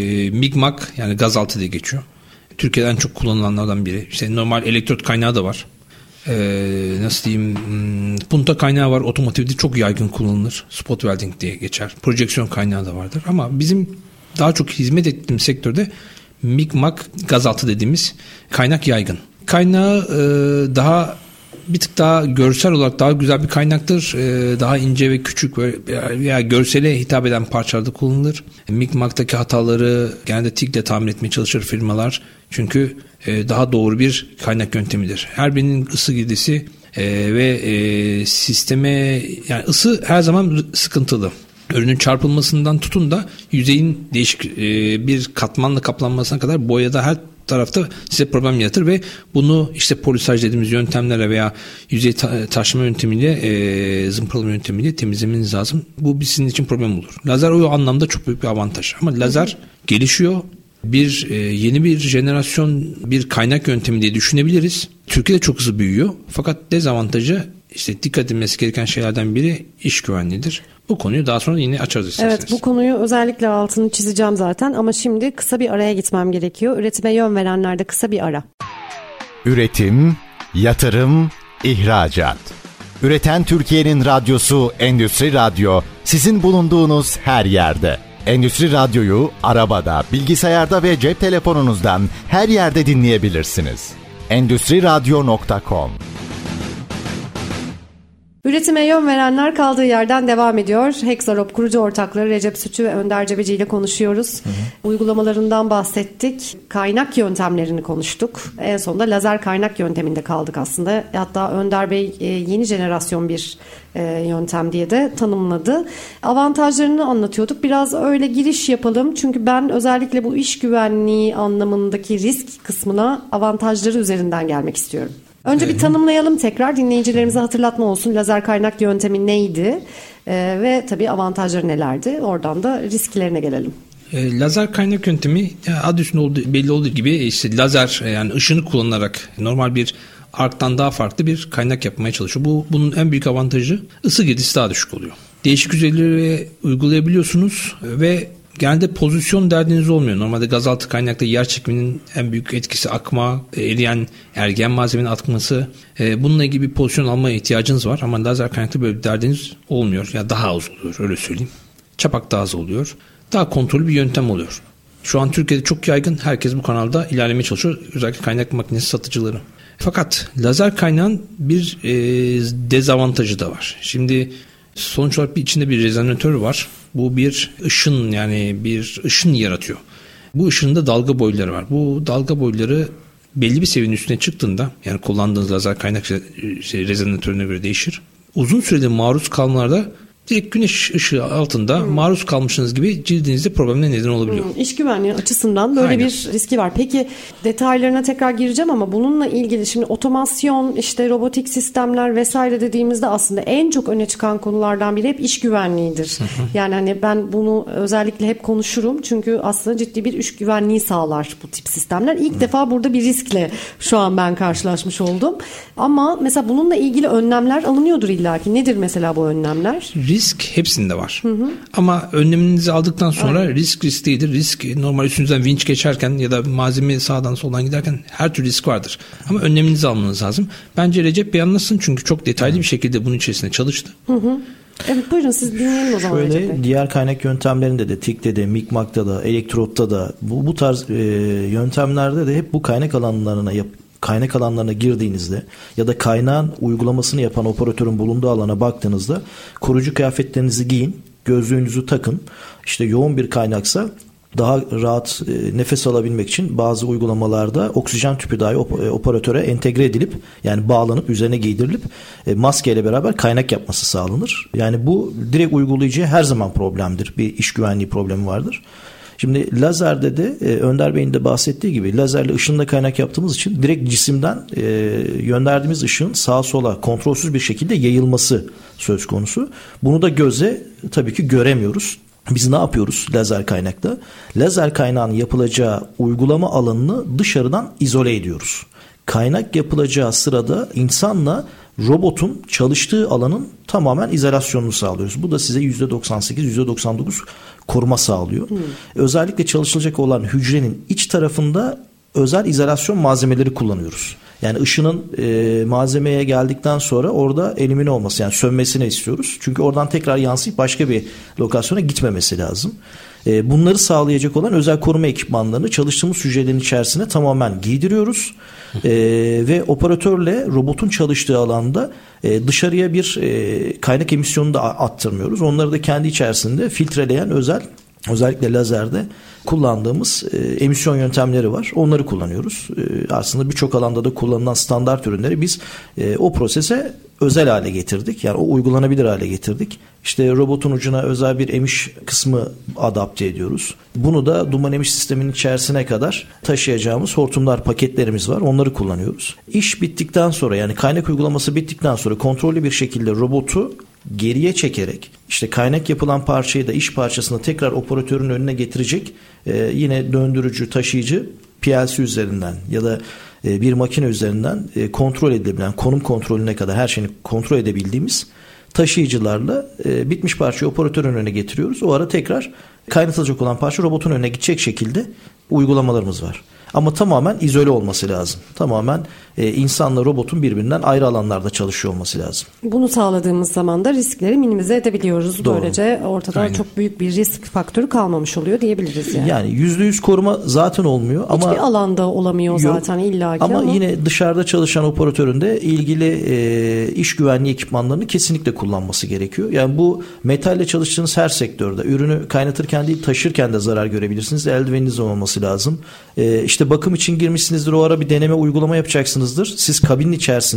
Mikmak, yani gazaltı diye geçiyor. Türkiye'den çok kullanılanlardan biri. İşte normal elektrot kaynağı da var. Nasıl diyeyim, punta kaynağı var, otomotivde çok yaygın kullanılır. Spot welding diye geçer. Projeksiyon kaynağı da vardır. Ama bizim daha çok hizmet ettiğimiz sektörde Mikmak, gazaltı dediğimiz kaynak yaygın. Kaynağı daha bir tık daha görsel olarak daha güzel bir kaynaktır. Daha ince ve küçük veya görsele hitap eden parçalarda kullanılır. Mikmak'taki hataları genelde TİK'le tamir etmeye çalışır firmalar. Çünkü daha doğru bir kaynak yöntemidir. Her birinin ısı girdisi ve sisteme, yani ısı her zaman sıkıntılı. Ürünün çarpılmasından tutun da yüzeyin değişik bir katmanla kaplanmasına kadar boyada her tarafta size problem yaratır ve bunu işte polisaj dediğimiz yöntemlere veya yüzey taşlama yöntemiyle, zımparalama yöntemiyle temizlemeniz lazım. Bu sizin için problem olur. Lazer o anlamda çok büyük bir avantaj. Ama lazer gelişiyor. Yeni bir jenerasyon bir kaynak yöntemi diye düşünebiliriz. Türkiye'de çok hızlı büyüyor. Fakat dezavantajı, işte dikkat edilmesi gereken şeylerden biri iş güvenliğidir. Bu konuyu daha sonra yine açarız isterseniz. Evet, bu konuyu özellikle altını çizeceğim zaten ama şimdi kısa bir araya gitmem gerekiyor. Üretime yön verenlerde kısa bir ara. Üretim, yatırım, ihracat. Üreten Türkiye'nin radyosu Endüstri Radyo, sizin bulunduğunuz her yerde. Endüstri Radyo'yu arabada, bilgisayarda ve cep telefonunuzdan her yerde dinleyebilirsiniz. Endüstriradyo.com. Üretime yön verenler kaldığı yerden devam ediyor. Hexarop kurucu ortakları Recep Sütçü ve Önder Cebeci ile konuşuyoruz. Uygulamalarından bahsettik. Kaynak yöntemlerini konuştuk. En sonunda lazer kaynak yönteminde kaldık aslında. Hatta Önder Bey yeni jenerasyon bir yöntem diye de tanımladı. Avantajlarını anlatıyorduk. Biraz öyle giriş yapalım. Çünkü ben özellikle bu iş güvenliği anlamındaki risk kısmına avantajları üzerinden gelmek istiyorum. Önce bir tanımlayalım tekrar, dinleyicilerimize hatırlatma olsun. Lazer kaynak yöntemi neydi ve tabii avantajları nelerdi? Oradan da risklerine gelelim. Lazer kaynak yöntemi adı üstünde belli olduğu gibi işte lazer, yani ışını kullanarak normal bir arktan daha farklı bir kaynak yapmaya çalışıyor. Bunun en büyük avantajı, ısı girdisi daha düşük oluyor. Değişik yüzeyleri uygulayabiliyorsunuz ve genelde pozisyon derdiniz olmuyor. Normalde gazaltı kaynakta yer çekiminin en büyük etkisi akma, eriyen ergen malzemenin atması. Bununla ilgili bir pozisyon almaya ihtiyacınız var ama lazer kaynakta böyle bir derdiniz olmuyor. Ya daha az oluyor, öyle söyleyeyim. Çapak daha az oluyor. Daha kontrollü bir yöntem oluyor. Şu an Türkiye'de çok yaygın. Herkes bu kanalda ilerlemeye çalışıyor. Özellikle kaynak makinesi satıcıları. Fakat lazer kaynağın bir dezavantajı da var. Şimdi sonuç olarak içinde bir rezonatör var. Bu bir ışın, yani bir ışın yaratıyor. Bu ışının da dalga boyları var. Bu dalga boyları belli bir seviyenin üstüne çıktığında, yani kullandığınız lazer kaynak rezonatörüne göre değişir. Uzun sürede maruz kalmalarda direkt güneş ışığı altında maruz kalmışsınız gibi cildinizde problemler neden olabiliyor. İş güvenliği açısından böyle Aynen. bir riski var. Peki detaylarına tekrar gireceğim ama bununla ilgili şimdi otomasyon, işte robotik sistemler vesaire dediğimizde aslında en çok öne çıkan konulardan biri hep iş güvenliğidir. Yani hani ben bunu özellikle hep konuşurum. Çünkü aslında ciddi bir iş güvenliği sağlar bu tip sistemler. İlk defa burada bir riskle şu an ben karşılaşmış oldum. Ama mesela bununla ilgili önlemler alınıyordur illaki. Nedir mesela bu önlemler? Risk hepsinde var. Ama önleminizi aldıktan sonra risk değildir. Risk normal üstünüzden vinç geçerken ya da malzeme sağdan soldan giderken her türlü risk vardır. Ama önleminizi almanız lazım. Bence Recep Bey anlatsın çünkü çok detaylı bir şekilde bunun içerisinde çalıştı. Evet, buyurun siz dinleyelim o zaman Recep Bey. Şöyle diğer kaynak yöntemlerinde de TİK'te de, MİKMAK'ta da, elektrotta da bu tarz yöntemlerde de hep bu kaynak alanlarına girdiğinizde ya da kaynağın uygulamasını yapan operatörün bulunduğu alana baktığınızda koruyucu kıyafetlerinizi giyin, gözlüğünüzü takın. İşte yoğun bir kaynaksa daha rahat nefes alabilmek için bazı uygulamalarda oksijen tüpü dahi operatöre entegre edilip, yani bağlanıp üzerine giydirilip maskeyle beraber kaynak yapması sağlanır. Yani bu direkt uygulayıcıya her zaman problemdir. Bir iş güvenliği problemi vardır. Şimdi lazerde de Önder Bey'in de bahsettiği gibi lazerle ışınla kaynak yaptığımız için direkt cisimden gönderdiğimiz ışığın sağa sola kontrolsüz bir şekilde yayılması söz konusu. Bunu da gözle tabii ki göremiyoruz. Biz ne yapıyoruz lazer kaynakta? Lazer kaynağının yapılacağı uygulama alanını dışarıdan izole ediyoruz. Kaynak yapılacağı sırada insanla robotun çalıştığı alanın tamamen izolasyonunu sağlıyoruz. Bu da size %98, %99 koruma sağlıyor. Özellikle çalışılacak olan hücrenin iç tarafında özel izolasyon malzemeleri kullanıyoruz. Yani ışının malzemeye geldikten sonra orada elimine olması, yani sönmesini istiyoruz. Çünkü oradan tekrar yansıyıp başka bir lokasyona gitmemesi lazım. Bunları sağlayacak olan özel koruma ekipmanlarını çalıştığımız hücrelerin içerisine tamamen giydiriyoruz. Ve operatörle robotun çalıştığı alanda dışarıya bir kaynak emisyonunu da attırmıyoruz. Onları da kendi içerisinde filtreleyen özellikle lazerde kullandığımız emisyon yöntemleri var. Onları kullanıyoruz. Aslında birçok alanda da kullanılan standart ürünleri biz o prosese özel hale getirdik. Yani o uygulanabilir hale getirdik. İşte robotun ucuna özel bir emiş kısmı adapte ediyoruz. Bunu da duman emiş sisteminin içerisine kadar taşıyacağımız hortumlar, paketlerimiz var. Onları kullanıyoruz. İş bittikten sonra, yani kaynak uygulaması bittikten sonra kontrollü bir şekilde robotu geriye çekerek işte kaynak yapılan parçayı da iş parçasını tekrar operatörün önüne getirecek yine döndürücü, taşıyıcı PLC üzerinden ya da bir makine üzerinden kontrol edilebilen, konum kontrolüne kadar her şeyini kontrol edebildiğimiz taşıyıcılarla bitmiş parçayı operatörün önüne getiriyoruz. O ara tekrar kaynatılacak olan parça robotun önüne gidecek şekilde uygulamalarımız var. Ama tamamen izole olması lazım. Tamamen insanla robotun birbirinden ayrı alanlarda çalışıyor olması lazım. Bunu sağladığımız zaman da riskleri minimize edebiliyoruz. Doğru. Böylece ortada Aynen. çok büyük bir risk faktörü kalmamış oluyor diyebiliriz yani. Yani %100 koruma zaten olmuyor. Hiçbir ama alanda olamıyor zaten illaki ama yine dışarıda çalışan operatörün de ilgili iş güvenliği ekipmanlarını kesinlikle kullanması gerekiyor. Yani bu metalle çalıştığınız her sektörde ürünü kaynatırken değil taşırken de zarar görebilirsiniz. Eldiveniniz olması lazım. İşte bakım için girmişsinizdir, o ara bir deneme uygulama yapacaksınızdır. Siz kabinin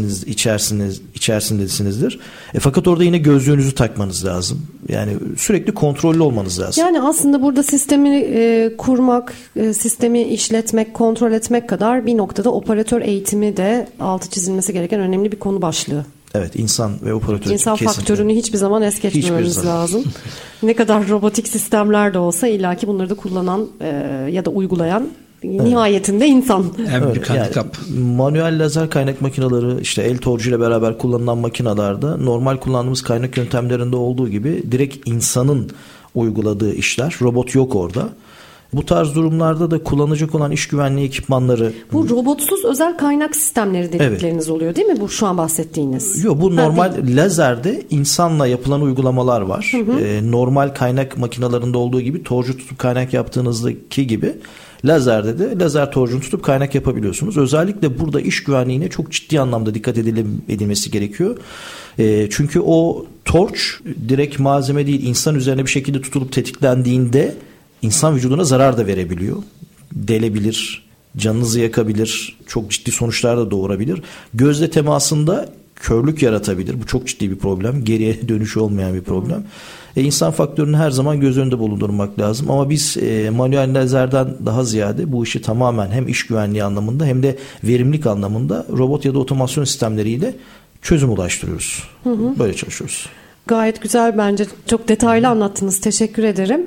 içerisindesinizdir. Fakat orada yine gözlüğünüzü takmanız lazım. Yani sürekli kontrollü olmanız lazım. Yani aslında burada sistemi kurmak, sistemi işletmek, kontrol etmek kadar bir noktada operatör eğitimi de altı çizilmesi gereken önemli bir konu başlığı. Evet, insan ve operatör. İnsan kesinlikle. faktörünü hiçbir zaman es geçmememiz lazım. Ne kadar robotik sistemler de olsa illaki bunları da kullanan ya da uygulayan nihayetinde insan. En büyük handikap. Manuel lazer kaynak makineleri, işte el torcuyla beraber kullanılan makinalarda normal kullandığımız kaynak yöntemlerinde olduğu gibi direkt insanın uyguladığı işler. Robot yok orada. Bu tarz durumlarda da kullanacak olan iş güvenliği ekipmanları. Bu robotsuz özel kaynak sistemleri dedikleriniz oluyor değil mi? Bu şu an bahsettiğiniz. Yok, bu normal lazerde insanla yapılan uygulamalar var. Normal kaynak makinelerinde olduğu gibi torcu tutup kaynak yaptığınızdaki gibi lazerde de lazer torcunu tutup kaynak yapabiliyorsunuz. Özellikle burada iş güvenliğine çok ciddi anlamda dikkat edilmesi gerekiyor. Çünkü o torç direkt malzeme değil, insan üzerine bir şekilde tutulup tetiklendiğinde insan vücuduna zarar da verebiliyor. Delebilir, canınızı yakabilir, çok ciddi sonuçlar da doğurabilir. Gözle temasında körlük yaratabilir. Bu çok ciddi bir problem. Geriye dönüşü olmayan bir problem. İnsan faktörünü her zaman göz önünde bulundurmak lazım. Ama biz manuel lazerden daha ziyade bu işi tamamen hem iş güvenliği anlamında hem de verimlilik anlamında robot ya da otomasyon sistemleriyle çözüm ulaştırıyoruz. Böyle çalışıyoruz. Gayet güzel, bence çok detaylı anlattınız. Teşekkür ederim.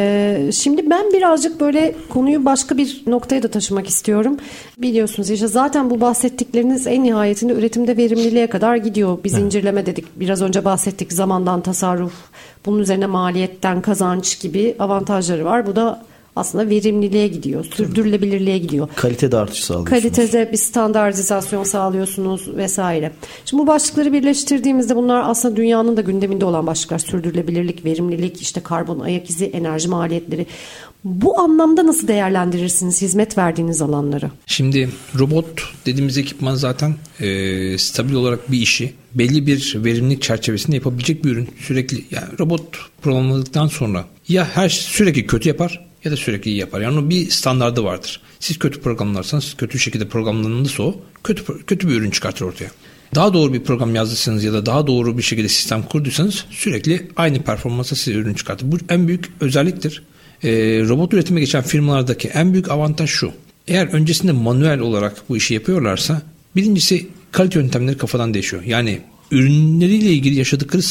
Şimdi ben birazcık böyle konuyu başka bir noktaya da taşımak istiyorum. Biliyorsunuz işte zaten bu bahsettikleriniz en nihayetinde üretimde verimliliğe kadar gidiyor. Bir zincirleme dedik. Biraz önce bahsettik, zamandan tasarruf, bunun üzerine maliyetten kazanç gibi avantajları var. Bu da aslında verimliliğe gidiyor, sürdürülebilirliğe gidiyor. Kalitede artış sağlıyorsunuz. Kalitede bir standartizasyon sağlıyorsunuz vesaire. Şimdi bu başlıkları birleştirdiğimizde bunlar aslında dünyanın da gündeminde olan başlıklar. Sürdürülebilirlik, verimlilik, işte karbon ayak izi, enerji maliyetleri. Bu anlamda nasıl değerlendirirsiniz hizmet verdiğiniz alanları? Şimdi robot dediğimiz ekipman zaten stabil olarak bir işi belli bir verimlilik çerçevesinde yapabilecek bir ürün. Sürekli, yani robot programladıktan sonra ya her şey sürekli kötü yapar ya da sürekli iyi yapar. Yani onun bir standardı vardır. Siz kötü programlarsanız, kötü şekilde programlanırsa o kötü bir ürün çıkartır ortaya. Daha doğru bir program yazdıysanız ya da daha doğru bir şekilde sistem kurduysanız sürekli aynı performansa size ürün çıkartır. Bu en büyük özelliktir. Robot üretime geçen firmalardaki en büyük avantaj şu: eğer öncesinde manuel olarak bu işi yapıyorlarsa, birincisi kalite yöntemleri kafadan değişiyor. Yani ürünleriyle ilgili yaşadıkları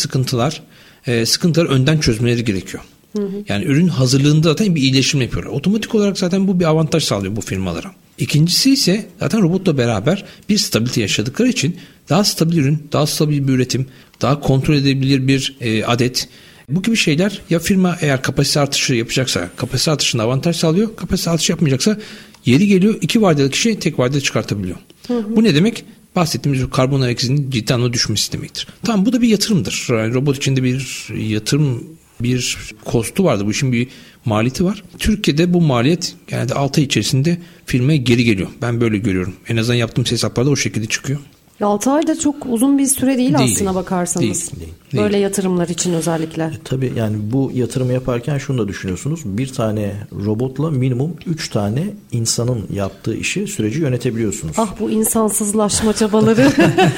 sıkıntıları önden çözmeleri gerekiyor. Yani ürün hazırlığında zaten bir iyileşim yapıyorlar. Otomatik olarak zaten bu bir avantaj sağlıyor bu firmalara. İkincisi ise zaten robotla beraber bir stabilite yaşadıkları için daha stabil ürün, daha stabil bir üretim, daha kontrol edilebilir bir adet. Bu gibi şeyler, ya firma eğer kapasite artışı yapacaksa kapasite artışında avantaj sağlıyor. Kapasite artışı yapmayacaksa yeri geliyor 2 vardiyalık kişi tek vardiyada çıkartabiliyor. Bu ne demek? Bahsettiğimiz karbon ayak izinin ciddi anlamda düşmesi demektir. Tamam, bu da bir yatırımdır. Yani robot içinde bir yatırım, bir kostu vardı. Bu işin bir maliyeti var. Türkiye'de bu maliyet genelde 6 ay içerisinde firmaya geri geliyor. Ben böyle görüyorum. En azından yaptığım hesaplarda o şekilde çıkıyor. 6 ay da çok uzun bir süre değil aslına bakarsanız. Değil. Böyle yatırımlar için özellikle. Tabii yani bu yatırımı yaparken şunu da düşünüyorsunuz. Bir tane robotla minimum 3 tane insanın yaptığı süreci yönetebiliyorsunuz. Ah, bu insansızlaşma çabaları.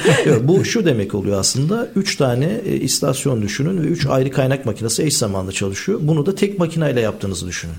Bu şu demek oluyor aslında. 3 tane istasyon düşünün ve 3 ayrı kaynak makinesi eş zamanlı çalışıyor. Bunu da tek makineyle yaptığınızı düşünün.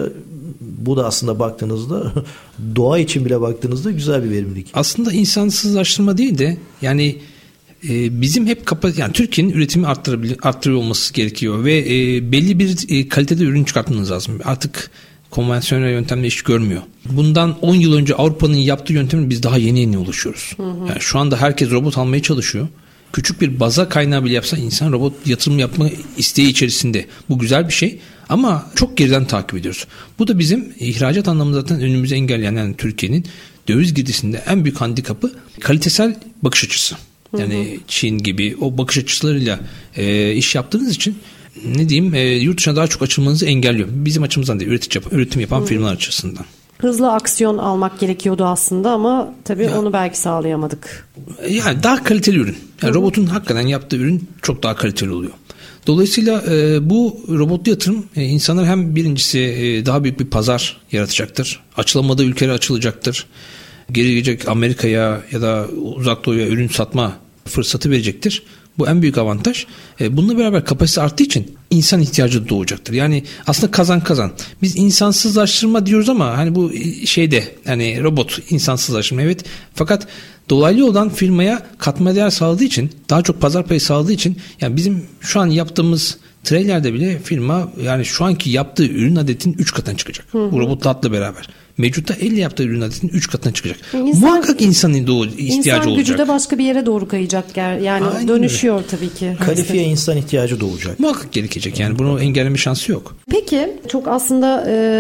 Bu da aslında baktığınızda, doğa için bile baktığınızda güzel bir verimlilik. Aslında insansızlaştırma değil de yani bizim hep yani Türkiye'nin üretimi arttırıyor olması gerekiyor ve belli bir kalitede ürün çıkartmanız lazım. Artık konvansiyonel yöntemle iş görmüyor. Bundan 10 yıl önce Avrupa'nın yaptığı yöntemin biz daha yeni ulaşıyoruz. Yani şu anda herkes robot almaya çalışıyor. Küçük bir baza kaynağı bile yapsa insan robot yatırım yapma isteği içerisinde. Bu güzel bir şey ama çok geriden takip ediyoruz. Bu da bizim ihracat anlamında zaten önümüzü engelleyen, yani Türkiye'nin döviz girdisinde en büyük handikapı kalitesel bakış açısı. Yani Çin gibi o bakış açılarıyla iş yaptığınız için ne diyeyim, yurt dışına daha çok açılmanızı engelliyor. Bizim açımızdan değil, üretim yapan firmalar açısından. Hızlı aksiyon almak gerekiyordu aslında ama tabii onu belki sağlayamadık. Yani daha kaliteli ürün. Yani robotun hakikaten yaptığı ürün çok daha kaliteli oluyor. Dolayısıyla bu robotlu yatırım insanlar hem birincisi daha büyük bir pazar yaratacaktır. Açılamadığı ülkelere açılacaktır. Geri gelecek Amerika'ya ya da Uzak Doğu'ya ürün satma fırsatı verecektir. Bu en büyük avantaj. Bununla beraber kapasite arttığı için insan ihtiyacı doğacaktır. Yani aslında kazan kazan. Biz insansızlaştırma diyoruz ama hani bu hani robot insansızlaştırma, evet. Fakat dolaylı yoldan firmaya katma değer sağladığı için, daha çok pazar payı sağladığı için, yani bizim şu an yaptığımız trailerde bile firma yani şu anki yaptığı ürün adetinin 3 katına çıkacak. Bu robotlu hatla beraber. mevcutta elle yaptığı ürün adetinin 3 katına çıkacak. Muhakkak insanın ihtiyacı olacak. İnsan gücü de başka bir yere doğru kayacak. Yani aynen dönüşüyor öyle. Tabii ki. Kalifiye insan ihtiyacı doğacak. Muhakkak gerekecek. Yani bunu engelleme şansı yok. Peki çok aslında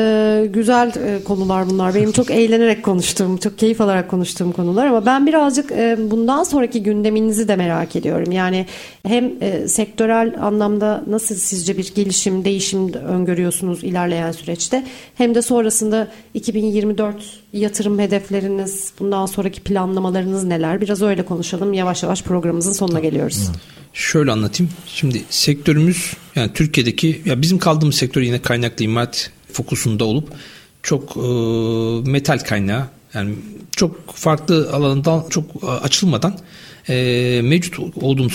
güzel konular bunlar. Benim çok eğlenerek konuştuğum, çok keyif alarak konuştuğum konular ama ben birazcık bundan sonraki gündeminizi de merak ediyorum. Yani hem sektörel anlamda nasıl sizce bir gelişim, değişim öngörüyorsunuz ilerleyen süreçte hem de sonrasında 2024 yatırım hedefleriniz, bundan sonraki planlamalarınız neler? Biraz öyle konuşalım. Yavaş yavaş programımızın sonuna geliyoruz. Şöyle anlatayım. Şimdi sektörümüz yani Türkiye'deki bizim kaldığımız sektör yine kaynaklı imalat fokusunda olup çok metal kaynağı yani çok farklı alanından çok açılmadan mevcut olduğumuz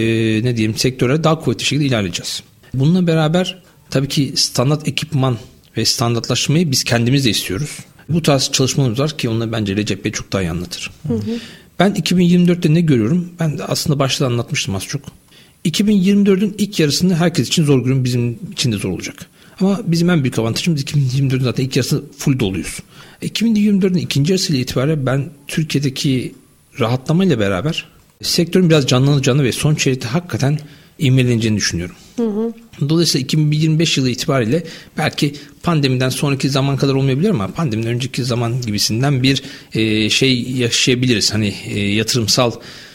sektöre daha kuvvetli şekilde ilerleyeceğiz. Bununla beraber tabii ki standart ekipman ve standartlaşmayı biz kendimiz de istiyoruz. Bu tarz çalışmalarımız var ki onları bence Recep Bey çok daha iyi anlatır. Hı hı. Ben 2024'te ne görüyorum? Ben de aslında başta anlatmıştım az çok. 2024'ün ilk yarısını herkes için zor görüyorum. Bizim için de zor olacak. Ama bizim en büyük avantajımız 2024'ün zaten ilk yarısı full doluyuz. 2024'ün ikinci yarısıyla itibaren ben Türkiye'deki rahatlamayla beraber sektörün biraz canlanacağını ve son çeyrekte hakikaten ivmeleneceğini düşünüyorum. Hı hı. Dolayısıyla 2025 yılı itibariyle belki pandemiden sonraki zaman kadar olmayabilir ama pandemiden önceki zaman gibisinden bir şey yaşayabiliriz. Hani yatırımsal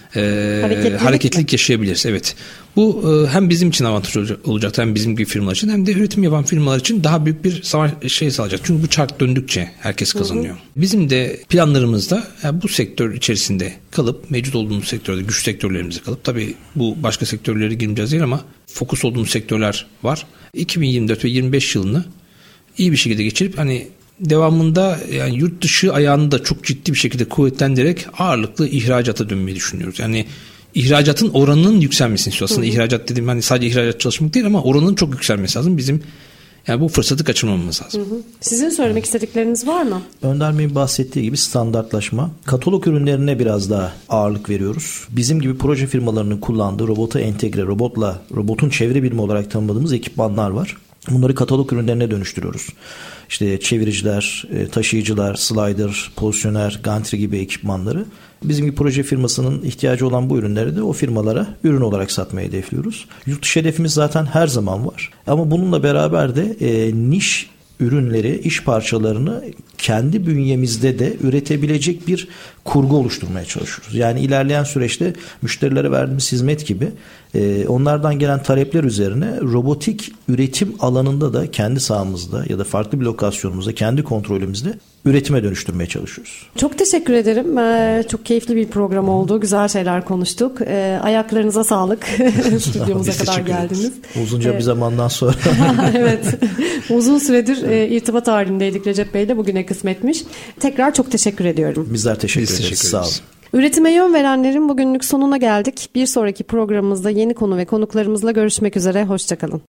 hareketlilik yaşayabiliriz. Evet. Bu hem bizim için avantaj olacak hem bizim gibi firmalar için hem de üretim yapan firmalar için daha büyük bir sağlayacak. Çünkü bu çark döndükçe herkes kazanıyor. Hı hı. Bizim de planlarımızda bu sektör içerisinde kalıp mevcut olduğumuz sektörde güç sektörlerimize kalıp tabii bu başka sektörlere girmeyeceğiz değil ama fokus olduğumuz sektörler var. 2024 ve 25 yılını iyi bir şekilde geçirip hani devamında yani yurt dışı ayağını da çok ciddi bir şekilde kuvvetlendirerek ağırlıklı ihracata dönmeyi düşünüyoruz. Yani ihracatın oranının yükselmesini istiyor. Aslında ihracat dediğim hani sadece ihracat çalışmak değil ama oranın çok yükselmesi lazım. Bizim yani bu fırsatı kaçırmamamız lazım. Hı hı. Sizin söylemek istedikleriniz var mı? Önder Bey'in bahsettiği gibi standartlaşma. Katalog ürünlerine biraz daha ağırlık veriyoruz. Bizim gibi proje firmalarının kullandığı robota entegre, robotun çevre birimi olarak tanımladığımız ekipmanlar var. Bunları katalog ürünlerine dönüştürüyoruz. İşte çeviriciler, taşıyıcılar, slider, pozisyoner, gantry gibi ekipmanları. Bizim gibi proje firmasının ihtiyacı olan bu ürünleri de o firmalara ürün olarak satmayı hedefliyoruz. Yurt dışı hedefimiz zaten her zaman var. Ama bununla beraber de niş ürünleri, iş parçalarını kendi bünyemizde de üretebilecek bir kurgu oluşturmaya çalışıyoruz. Yani ilerleyen süreçte müşterilere verdiğimiz hizmet gibi onlardan gelen talepler üzerine robotik üretim alanında da kendi sahamızda ya da farklı bir lokasyonumuzda, kendi kontrolümüzde üretime dönüştürmeye çalışıyoruz. Çok teşekkür ederim. Çok keyifli bir program oldu. Güzel şeyler konuştuk. Ayaklarınıza sağlık. Stüdyomuza kadar geldiniz. Uzunca bir zamandan sonra. Evet. Uzun süredir irtibat halindeydik Recep Bey'le. Bugüne kısmetmiş. Tekrar çok teşekkür ediyorum. Bizler teşekkür ederiz. Sağ olun. Üretime yön verenlerin bugünlük sonuna geldik. Bir sonraki programımızda yeni konu ve konuklarımızla görüşmek üzere. Hoşça kalın.